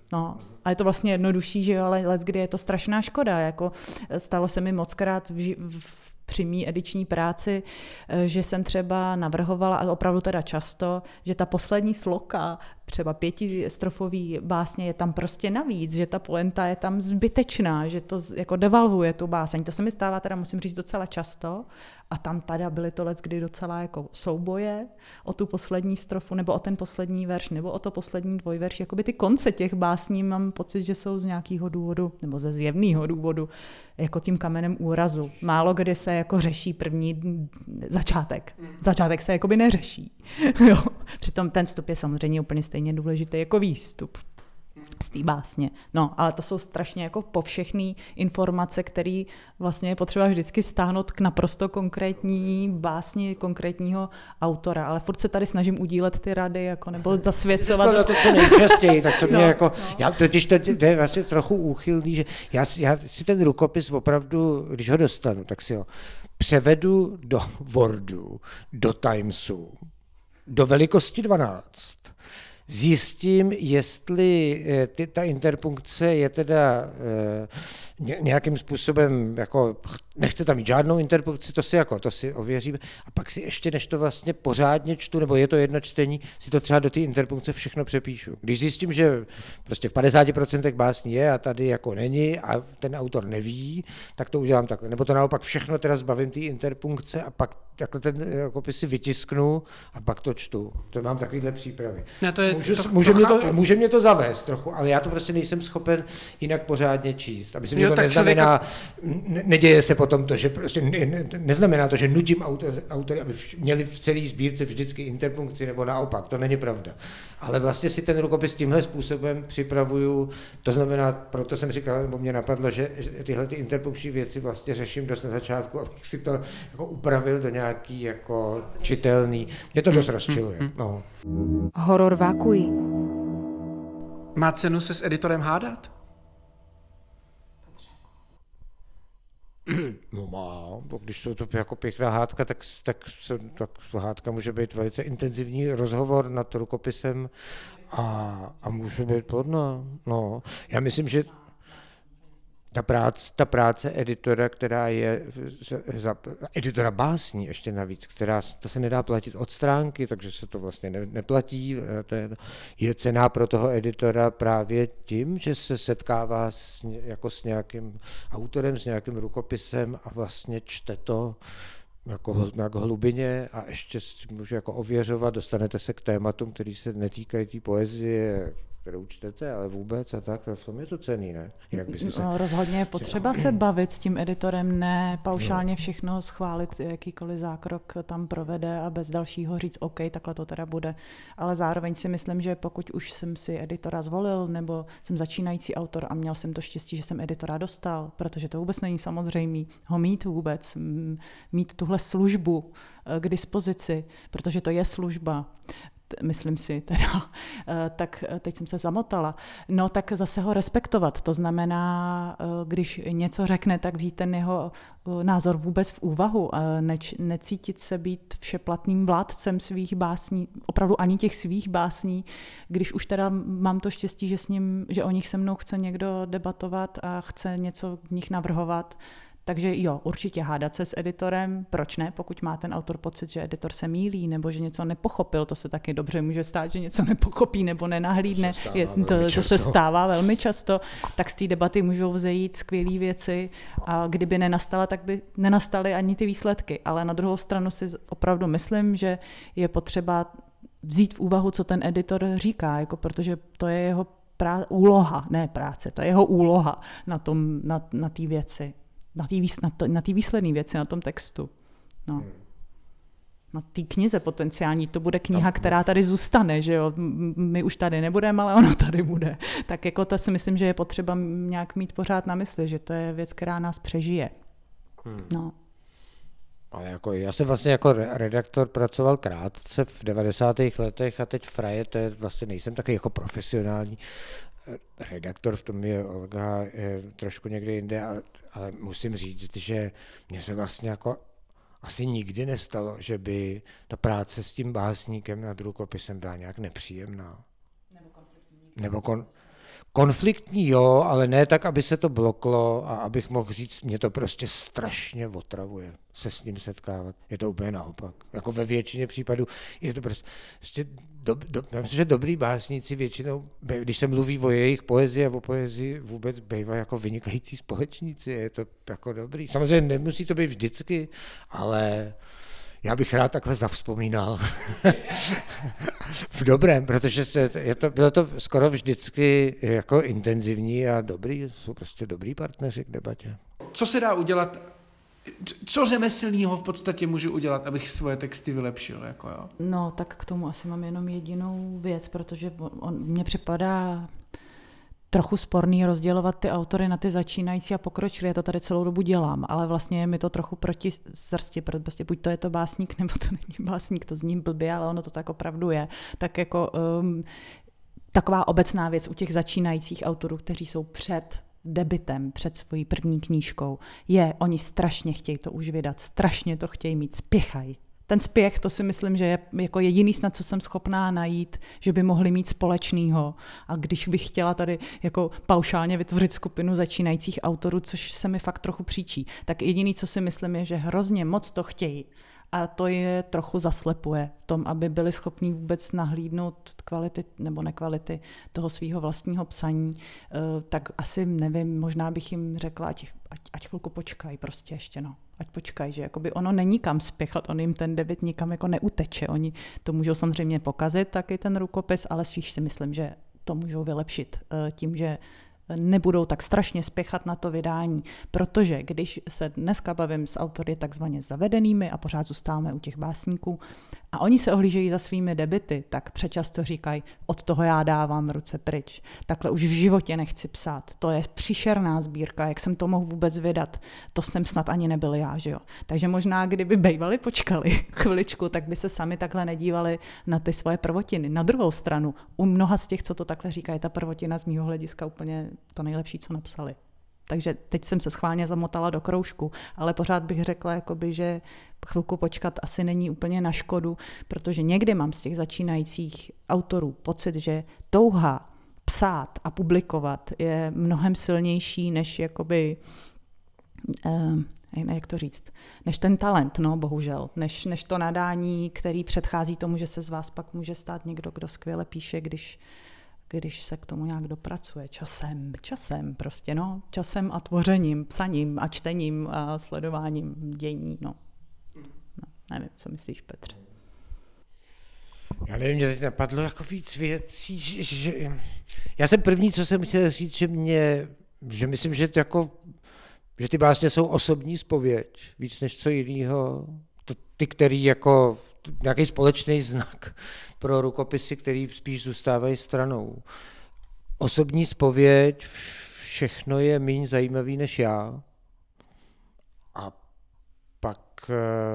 No, a je to vlastně jednodušší, že jo, ale leckdy je to strašná škoda. Jako stalo se mi mockrát v, v při mý ediční práci, že jsem třeba navrhovala, a opravdu teda často, že ta poslední sloka, třeba pětistrofový básně je tam prostě navíc, že ta poenta je tam zbytečná, že to jako devalvuje tu báseň. To se mi stává teda, musím říct, docela často. A tam tady byly to leckdy docela jako souboje o tu poslední strofu, nebo o ten poslední verš, nebo o to poslední dvojverš. Jakoby ty konce těch básní mám pocit, že jsou z nějakého důvodu, nebo ze zjevného důvodu, jako tím kamenem úrazu. Málo kdy se jako řeší první začátek. Začátek se jakoby neřeší. Jo. Přitom ten vstup je samozřejmě úplně stejně důležitý jako výstup z té básně. No, ale to jsou strašně jako povšechné informace, které vlastně je potřeba vždycky stáhnout k naprosto konkrétní básni konkrétního autora. Ale furt se tady snažím udílet ty rady, jako, nebo zasvěcovat. To, to co nejčastěji, tak co mě no, jako, no. já totiž to je vlastně trochu úchylný, že já, já si ten rukopis opravdu, když ho dostanu, tak si ho převedu do Wordu, do Timesu, do velikosti dvanáct. Zjistím, jestli ty, ta interpunkce je teda e, nějakým způsobem, jako nechce tam mít žádnou interpunkci, to si jako, to si ověříme. A pak si ještě, než to vlastně pořádně čtu, nebo je to jedno čtení, si to třeba do té interpunkce všechno přepíšu. Když zjistím, že prostě v padesáti procentech básní je a tady jako není a ten autor neví, tak to udělám takhle. Nebo to naopak všechno teda zbavím té interpunkce a pak takhle ten kopis si vytisknu a pak to čtu. To mám takovýhle přípravy. Ne, to je, může, to, může, to mě to, může mě to zavést trochu, ale já to prostě nejsem schopen jinak pořádně číst. A myslím, jo, že to neznamená, člověka... neděje se potom to, že prostě ne, ne, neznamená to, že nutím autor, autory, aby měli v celé sbírce vždycky interpunkci, nebo naopak, to není pravda. Ale vlastně si ten rukopis tímhle způsobem připravuju, to znamená, proto jsem říkal, nebo mě napadlo, že tyhle ty interpunkční věci vlastně řeším dost na začátku, abych si to jako upravil do nějaký jako čitelný. Mě to dost rozčiluje. No. Horor vákuí. Má cenu se s editorem hádat? No má, když jsou to jako pěkná hádka, tak, tak, se, tak hádka může být velice intenzivní rozhovor nad rukopisem a, a může být plodná. No, já myslím, že ta práce, ta práce editora, která je, za, editora básní ještě navíc, která to se nedá platit od stránky, takže se to vlastně ne, neplatí, to je, je cenná pro toho editora právě tím, že se setkává s, jako s nějakým autorem, s nějakým rukopisem a vlastně čte to jako nějak hlubině a ještě si může jako ověřovat, dostanete se k tématům, který se netýkají té poezie, kterou čtete, ale vůbec a tak, v tom je to cenný, ne? Jinak by se... No, rozhodně je potřeba se bavit s tím editorem, ne paušálně všechno schválit, jakýkoliv zákrok tam provede a bez dalšího říct OK, takhle to teda bude. Ale zároveň si myslím, že pokud už jsem si editora zvolil, nebo jsem začínající autor a měl jsem to štěstí, že jsem editora dostal, protože to vůbec není samozřejmé ho mít vůbec, mít tuhle službu k dispozici, protože to je služba, myslím si teda, tak teď jsem se zamotala, no tak zase ho respektovat, to znamená, když něco řekne, tak vzít ten jeho názor vůbec v úvahu, neč, necítit se být všeplatným vládcem svých básní, opravdu ani těch svých básní, když už teda mám to štěstí, že s ním, že o nich se mnou chce někdo debatovat a chce něco v nich navrhovat. Takže jo, určitě hádat se s editorem, proč ne, pokud má ten autor pocit, že editor se mýlí nebo že něco nepochopil, to se taky dobře může stát, že něco nepochopí nebo nenahlídne, to se, Je, to, to se stává velmi často, tak z té debaty můžou vzejít skvělé věci a kdyby nenastala, tak by nenastaly ani ty výsledky, ale na druhou stranu si opravdu myslím, že je potřeba vzít v úvahu, co ten editor říká, jako protože to je jeho prá- úloha, ne práce, to je jeho úloha na tom, na, na té věci. Na té na na výsledné věci, na tom textu. No. Na té knize potenciální, to bude kniha, která tady zůstane, že jo, my už tady nebudeme, ale ona tady bude. Tak jako to si myslím, že je potřeba nějak mít pořád na mysli, že to je věc, která nás přežije. Hmm. No. Ale jako, já jsem vlastně jako redaktor pracoval krátce v devadesátých letech a teď v Fraje, to je vlastně nejsem takový jako profesionální redaktor, v tom je Olga je trošku někde jinde, ale, ale musím říct, že mně se vlastně jako asi nikdy nestalo, že by ta práce s tím básníkem nad rukopisem byla nějak nepříjemná. Nebo konfliktní. Nebo kon, konfliktní jo, ale ne tak, aby se to bloklo a abych mohl říct, mě to prostě strašně otravuje se s ním setkávat. Je to úplně naopak. Jako ve většině případů je to prostě, prostě do, do, já myslím, že dobrý básníci většinou, když se mluví o jejich poezii a o poezii vůbec bývají jako vynikající společníci, je to jako dobrý. Samozřejmě nemusí to být vždycky, ale já bych rád takhle zavzpomínal. V dobrém, protože se, je to, bylo to skoro vždycky jako intenzivní a dobrý, jsou prostě dobrý partneři k debatě. Co se dá udělat, co řemeslného v podstatě můžu udělat, abych svoje texty vylepšil? Jako jo? No, tak k tomu asi mám jenom jedinou věc, protože on, mně připadá trochu sporný rozdělovat ty autory na ty začínající a pokročilé. Já to tady celou dobu dělám, ale vlastně je mi to trochu proti srsti, protože prostě buď to je to básník, nebo to není básník, to zní blbě, ale ono to tak opravdu je. Tak jako um, taková obecná věc u těch začínajících autorů, kteří jsou před debitem, před svojí první knížkou, je, oni strašně chtějí to už vydat, strašně to chtějí mít, spěchají. Ten spěch, to si myslím, že je jako jediný snad, co jsem schopná najít, že by mohli mít společného. A když bych chtěla tady jako paušálně vytvořit skupinu začínajících autorů, což se mi fakt trochu příčí, tak jediný, co si myslím, je, že hrozně moc to chtějí. A to je trochu zaslepuje v tom, aby byli schopní vůbec nahlídnout kvality nebo nekvality toho svého vlastního psaní. Tak asi nevím, možná bych jim řekla, ať, ať, ať chvilku počkají prostě ještě, no. Ať počkají, že jakoby ono není kam spěchat, on jim ten debit nikam jako neuteče. Oni to můžou samozřejmě pokazit, taky ten rukopis, ale spíš si myslím, že to můžou vylepšit tím, že nebudou tak strašně spěchat na to vydání, protože když se dneska bavím s autory takzvaně zavedenými a pořád zůstáváme u těch básníků a oni se ohlížejí za svými debity, tak přečasto říkají, od toho já dávám ruce pryč. Takhle už v životě nechci psát. To je příšerná sbírka, jak jsem to mohl vůbec vydat. To jsem snad ani nebyl já, že jo. Takže možná, kdyby bejvali počkali chviličku, tak by se sami takhle nedívali na ty svoje prvotiny. Na druhou stranu, u mnoha z těch, co to takhle říkají, ta prvotina z mýho hlediska úplně to nejlepší, co napsali. Takže teď jsem se schválně zamotala do kroužku, ale pořád bych řekla, jakoby, že chvilku počkat asi není úplně na škodu, protože někdy mám z těch začínajících autorů pocit, že touha psát a publikovat je mnohem silnější než jakoby, eh, jak to říct, než ten talent, no bohužel, než, než to nadání, který předchází tomu, že se z vás pak může stát někdo, kdo skvěle píše, když když se k tomu nějak dopracuje časem, časem prostě, no, časem a tvořením, psaním a čtením a sledováním dění, no. no nevím, co myslíš, Petře? Já nevím, mě teď napadlo jako víc věcí, že, že já jsem první, co jsem chtěl říct, že mě, že myslím, že to jako, že ty básně jsou osobní zpověď, víc než co jiného, to, ty, který jako nějaký společný znak pro rukopisy, který spíš zůstávají stranou. Osobní zpověď, všechno je méně zajímavý než já. A pak,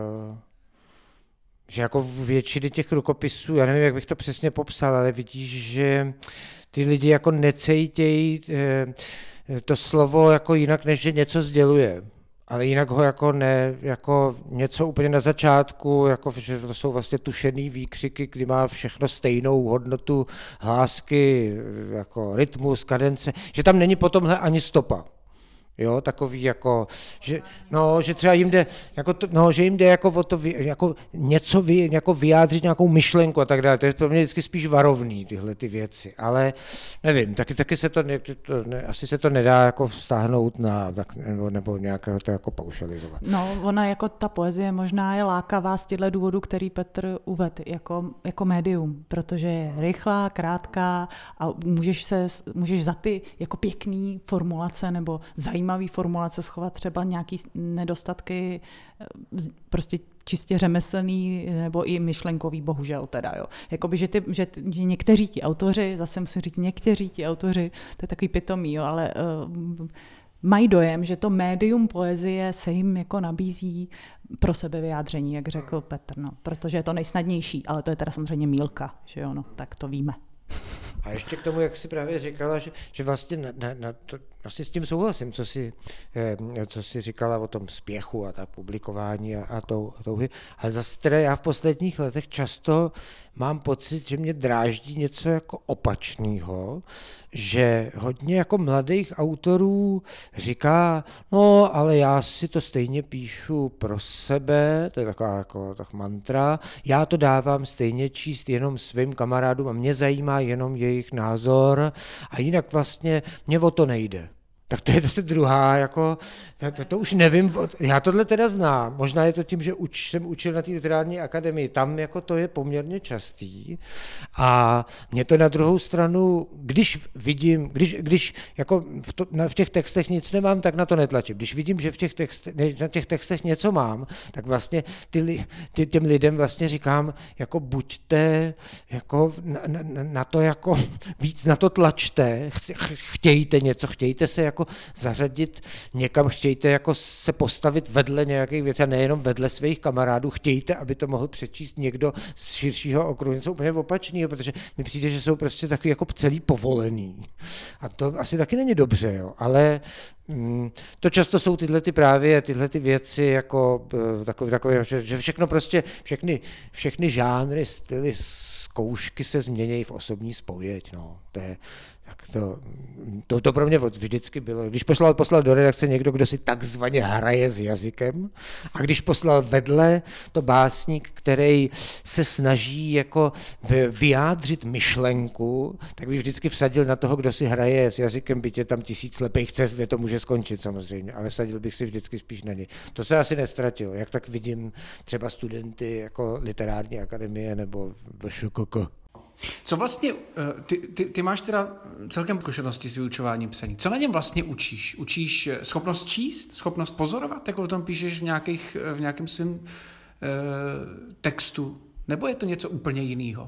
že jako v většině těch rukopisů, já nevím, jak bych to přesně popsal, ale vidíš, že ty lidi jako necejtějí to slovo jako jinak, než že něco sděluje. Ale jinak ho jako ne, jako něco úplně na začátku, jako že to jsou vlastně tušený výkřiky, kdy má všechno stejnou hodnotu, hlásky, jako rytmus, kadence, že tam není potomhle ani stopa. Jo, takový jako, že, no, že třeba jim jde, jako to, no, že jim jde jako o to, jako něco vy, jako vyjádřit nějakou myšlenku a tak dále, to je pro mě vždycky spíš varovný, tyhle ty věci, ale nevím, taky, taky se to, ne, to ne, asi se to nedá jako vztáhnout na, tak, nebo, nebo nějakého to jako paušalizovat. No, ona jako ta poezie možná je lákavá z těchto důvodů, který Petr uvedl, jako, jako médium, protože je rychlá, krátká a můžeš se, můžeš za ty jako pěkný formulace nebo zajímavý zajímavý formulace schovat třeba nějaký nedostatky prostě čistě řemeslný nebo i myšlenkový, bohužel teda, jo. Jakoby, že, ty, že, ty, že někteří ti autoři, zase musím říct, někteří ti autoři, to je takový pitomý, jo, ale uh, mají dojem, že to médium poezie se jim jako nabízí pro sebevyjádření, jak řekl Petr, no, protože je to nejsnadnější, ale to je teda samozřejmě mýlka, že jo, no, tak to víme. A ještě k tomu, jak jsi právě říkala, že, že vlastně na, na, na to, asi s tím souhlasím, co jsi, eh, co jsi říkala o tom spěchu a tak publikování a, a tou, touhy, ale zase teda já v posledních letech často mám pocit, že mě dráždí něco jako opačného, že hodně jako mladých autorů říká, no ale já si to stejně píšu pro sebe, to je taková jako tak mantra, já to dávám stejně číst jenom svým kamarádům a mě zajímá jenom jejich názor a jinak vlastně mě o to nejde. Tak to je zase druhá, jako, to, to už nevím, já tohle teda znám, možná je to tím, že uč, jsem učil na té literární akademii, tam jako to je poměrně častý a mě to na druhou stranu, když vidím, když, když jako v, to, v těch textech nic nemám, tak na to netlačím, když vidím, že v těch textech, na těch textech něco mám, tak vlastně ty, ty, těm lidem vlastně říkám, jako buďte, jako na, na, na to jako víc na to tlačte, chtějte něco, chtějte se jako zařadit někam, chtějte jako se postavit vedle nějakých věcí a nejenom vedle svých kamarádů, chtějte, aby to mohl přečíst někdo z širšího okruhu, něco úplně opačného, protože mi přijde, že jsou prostě takový jako celý povolený. A to asi taky není dobře, jo, ale mm, to často jsou tyhle ty právě, tyhle ty věci jako takové, takové, že všechno prostě, všechny, všechny žánry, styly, zkoušky se změnějí v osobní spověď, no, to je tak to, to, to pro mě vždycky bylo. Když poslal, poslal do redakce někdo, kdo si takzvaně hraje s jazykem, a když poslal vedle to básník, který se snaží jako vyjádřit myšlenku, tak by vždycky vsadil na toho, kdo si hraje s jazykem, byť je tam tisíc slepých cest, kde to může skončit samozřejmě, ale vsadil bych si vždycky spíš na něj. To se asi nestratilo, jak tak vidím třeba studenty jako literární akademie nebo V Š K K. Co vlastně, ty, ty, ty máš teda celkem zkušenosti s vyučováním psaní. Co na něm vlastně učíš? Učíš schopnost číst, schopnost pozorovat, jako o tom píšeš v, nějakých, v nějakém svém eh, textu? Nebo je to něco úplně jiného?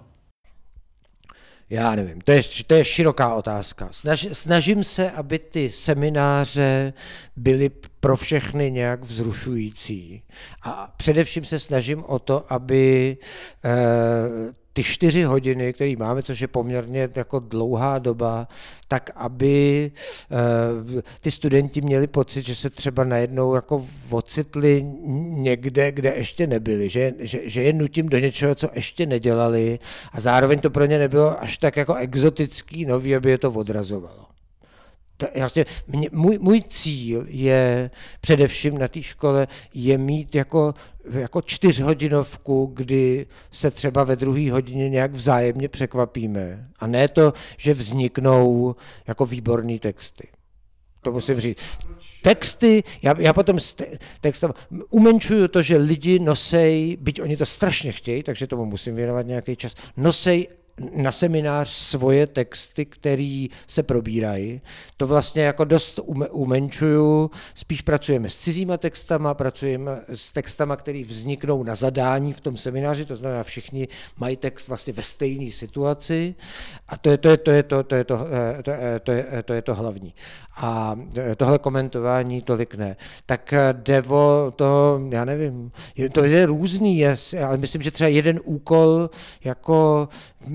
Já nevím, to je, to je široká otázka. Snaž, snažím se, aby ty semináře byly pro všechny nějak vzrušující. A především se snažím o to, aby eh, ty čtyři hodiny, které máme, což je poměrně jako dlouhá doba, tak aby uh, ty studenti měli pocit, že se třeba najednou jako ocitli někde, kde ještě nebyli, že, že, že je nutím do něčeho, co ještě nedělali a zároveň to pro ně nebylo až tak jako exotický, nový, aby je to odrazovalo. To, vlastně, mě, můj, můj cíl je především na té škole je mít jako, jako čtyřhodinovku, kdy se třeba ve druhé hodině nějak vzájemně překvapíme. A ne to, že vzniknou jako výborný texty. To musím říct. Texty, já, já potom textem umenčuju to, že lidi nosej, byť oni to strašně chtějí, takže tomu musím věnovat nějaký čas, nosej na seminář svoje texty, které se probírají. To vlastně jako dost umenčuju, spíš pracujeme s cizíma textama, pracujeme s textama, které vzniknou na zadání v tom semináři, to znamená všichni mají text vlastně ve stejné situaci a to je to, je, to, je to, to, je to, to, je, to, je, to je to hlavní. A tohle komentování tolik ne. Tak jde o to, já nevím, to je různý, ale myslím, že třeba jeden úkol jako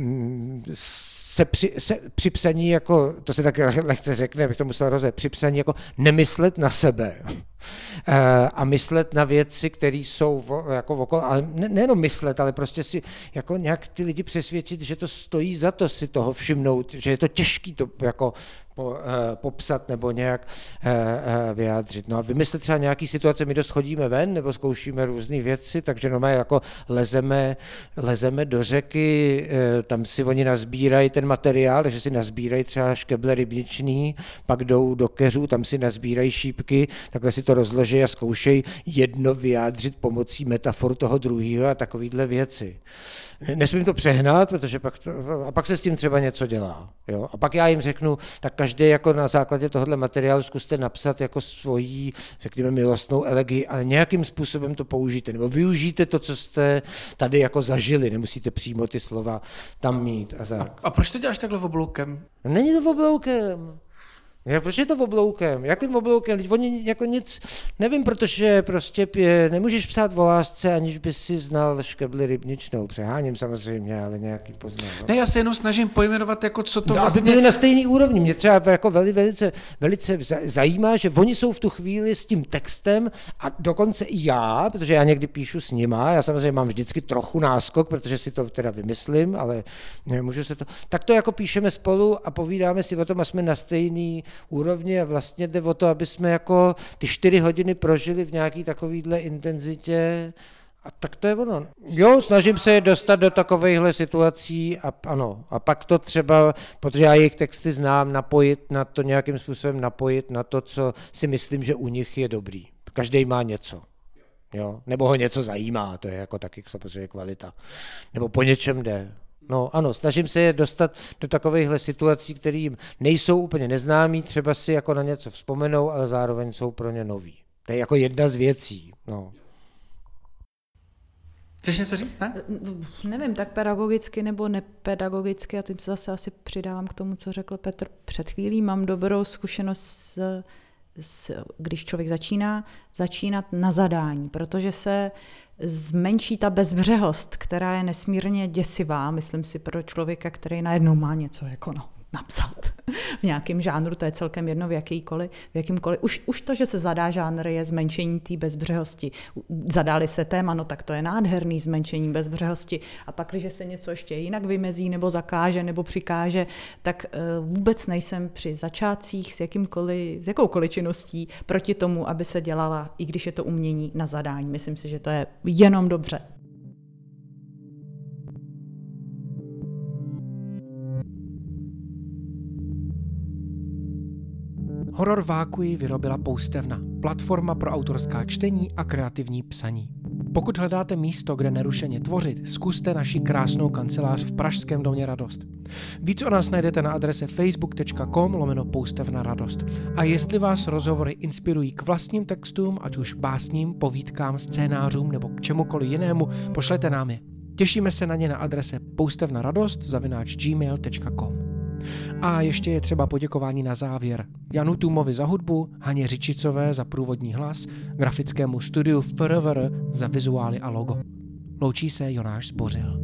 se při, se při psaní, jako, to se tak lehce řekne, bych to musel rozjet, při psaní jako nemyslet na sebe a myslet na věci, které jsou jako okolo, ale ne, nejenom myslet, ale prostě si jako nějak ty lidi přesvědčit, že to stojí za to si toho všimnout, že je to těžký to jako po, eh, popsat nebo nějak eh, vyjádřit. No a vymyslet třeba nějaký situace, my dost chodíme ven nebo zkoušíme různé věci, takže normálně jako lezeme, lezeme do řeky, eh, tam si oni nazbírají ten materiál, takže si nazbírají třeba škeble rybničný, pak jdou do keřů, tam si nazbírají šípky, takhle si to rozloží a zkoušejí jedno vyjádřit pomocí metafor toho druhého a takovýhle věci. Nesmím to přehnat, protože pak, to, a pak se s tím třeba něco dělá. Jo? A pak já jim řeknu, tak každý jako na základě tohohle materiálu zkuste napsat jako svoji, řekněme, milostnou elegii, ale nějakým způsobem to použijte, nebo využijte to, co jste tady jako zažili, nemusíte přímo ty slova tam mít. A, tak. a, a proč to děláš takhle obloukem? Není to obloukem. Já, proč je to obloukem? Jakým obloukem? Teď oni jako nic, nevím, protože prostě pě, nemůžeš psát o lásce, aniž by si znal Škebli Rybničnou. Přeháním samozřejmě, ale nějaký poznal. No? Ne, já se jenom snažím pojmenovat, jako co to no, vlastně... aby byli na stejný úrovni. Mě třeba jako veli, velice, velice zajímá, že oni jsou v tu chvíli s tím textem a dokonce i já, protože já někdy píšu s nima, já samozřejmě mám vždycky trochu náskok, protože si to teda vymyslím, ale nemůžu se to... Tak to jako píšeme spolu a povídáme si o tom a jsme na stejný úrovni a vlastně jde o to, aby jsme jako ty čtyři hodiny prožili v nějaký takovýhle intenzitě a tak to je ono. Jo, snažím se je dostat do takovejhle situací a ano, a pak to třeba, protože já jejich texty znám, napojit na to, nějakým způsobem napojit na to, co si myslím, že u nich je dobrý. Každý má něco. Jo? Nebo ho něco zajímá, to je jako taky samozřejmě kvalita. Nebo po něčem jde. No ano, snažím se je dostat do takovýchhle situací, které jim nejsou úplně neznámí, třeba si jako na něco vzpomenou, ale zároveň jsou pro ně noví. To je jako jedna z věcí. No. Chceš něco říct, ne? Nevím, tak pedagogicky nebo nepedagogicky, a tím se zase asi přidávám k tomu, co řekl Petr před chvílí. Mám dobrou zkušenost s, s, když člověk začíná, začínat na zadání, protože se zmenší ta bezbřehost, která je nesmírně děsivá, myslím si, pro člověka, který najednou má něco jako no, napsat v nějakém žánru, to je celkem jedno v jakýkoliv, v jakýmkoliv. Už, už to, že se zadá žánr, je zmenšení té bezbřehosti. Zadáli se téma, no tak to je nádherný zmenšení bezbřehosti. A pak, když se něco ještě jinak vymezí, nebo zakáže, nebo přikáže, tak uh, vůbec nejsem při začátcích s, jakýmkoliv, s jakoukoliv činností proti tomu, aby se dělala, i když je to umění na zadání. Myslím si, že to je jenom dobře. Horor Vákuji vyrobila Poustevna, platforma pro autorská čtení a kreativní psaní. Pokud hledáte místo, kde nerušeně tvořit, zkuste naši krásnou kancelář v Pražském domě Radost. Víc o nás najdete na adrese facebook tečka com lomeno Poustevna Radost. A jestli vás rozhovory inspirují k vlastním textům, ať už básním, povídkám, scénářům nebo k čemukoliv jinému, pošlete nám je. Těšíme se na ně na adrese poustevnaradost zavináč gmail tečka com. A ještě je třeba poděkování na závěr. Janu Tůmovi za hudbu, Haně Řičicové za průvodní hlas, grafickému studiu F R V R za vizuály a logo. Loučí se Jonáš Zbořil.